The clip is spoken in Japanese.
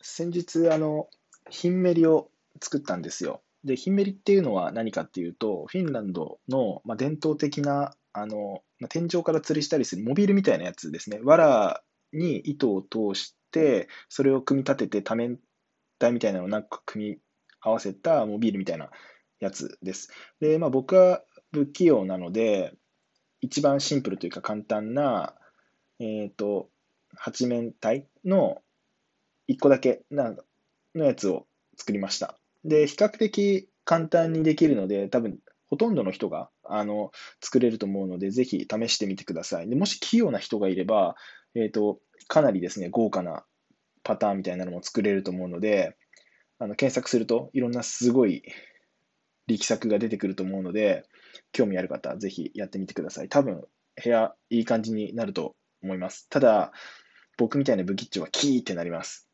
先日、ヒンメリを作ったんですよ。で、ヒンメリっていうのは何かっていうと、フィンランドの、伝統的な、天井から吊るしたりするモビールみたいなやつですね。藁に糸を通して、それを組み立てて多面体みたいなのをなんか組み合わせたモビールみたいなやつです。で、僕は不器用なので、一番シンプルというか簡単な、えっと、八面体の一個だけのやつを作りました。で、比較的簡単にできるので、多分ほとんどの人が作れると思うので、ぜひ試してみてください。で、もし器用な人がいれば、かなりですね、豪華なパターンみたいなのも作れると思うので、検索するといろんなすごい力作が出てくると思うので、興味ある方、ぜひやってみてください。多分、部屋いい感じになると思います。ただ、僕みたいなブキッチョはキーってなります。